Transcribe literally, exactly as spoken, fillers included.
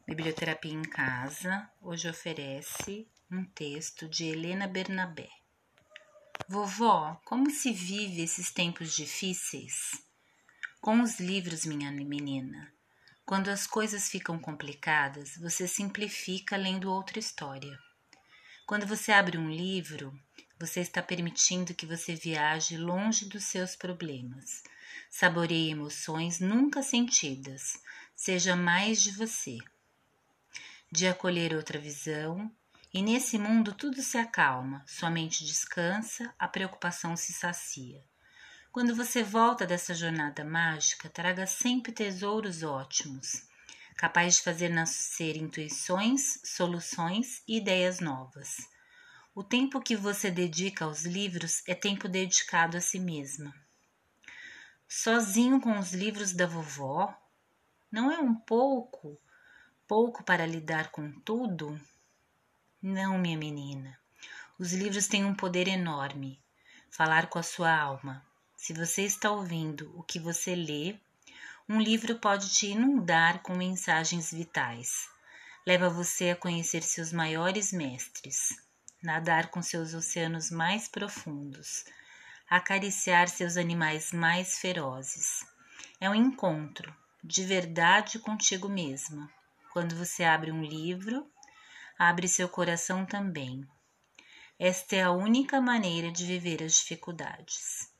Biblioterapia em Casa hoje oferece um texto de Helena Bernabé. Vovó, como se vive esses tempos difíceis? Com os livros, minha menina. Quando as coisas ficam complicadas, você simplifica lendo outra história. Quando você abre um livro, você está permitindo que você viaje longe dos seus problemas. Saboreie emoções nunca sentidas. Seja mais de você. De acolher outra visão, e nesse mundo tudo se acalma, sua mente descansa, a preocupação se sacia. Quando você volta dessa jornada mágica, traga sempre tesouros ótimos, capaz de fazer nascer intuições, soluções e ideias novas. O tempo que você dedica aos livros é tempo dedicado a si mesma. Sozinho com os livros da vovó, não é um pouco... pouco para lidar com tudo? Não, minha menina. Os livros têm um poder enorme. Falar com a sua alma. Se você está ouvindo o que você lê, um livro pode te inundar com mensagens vitais. Leva você a conhecer seus maiores mestres, nadar com seus oceanos mais profundos, acariciar seus animais mais ferozes. É um encontro de verdade contigo mesma. Quando você abre um livro, abre seu coração também. Esta é a única maneira de viver as dificuldades.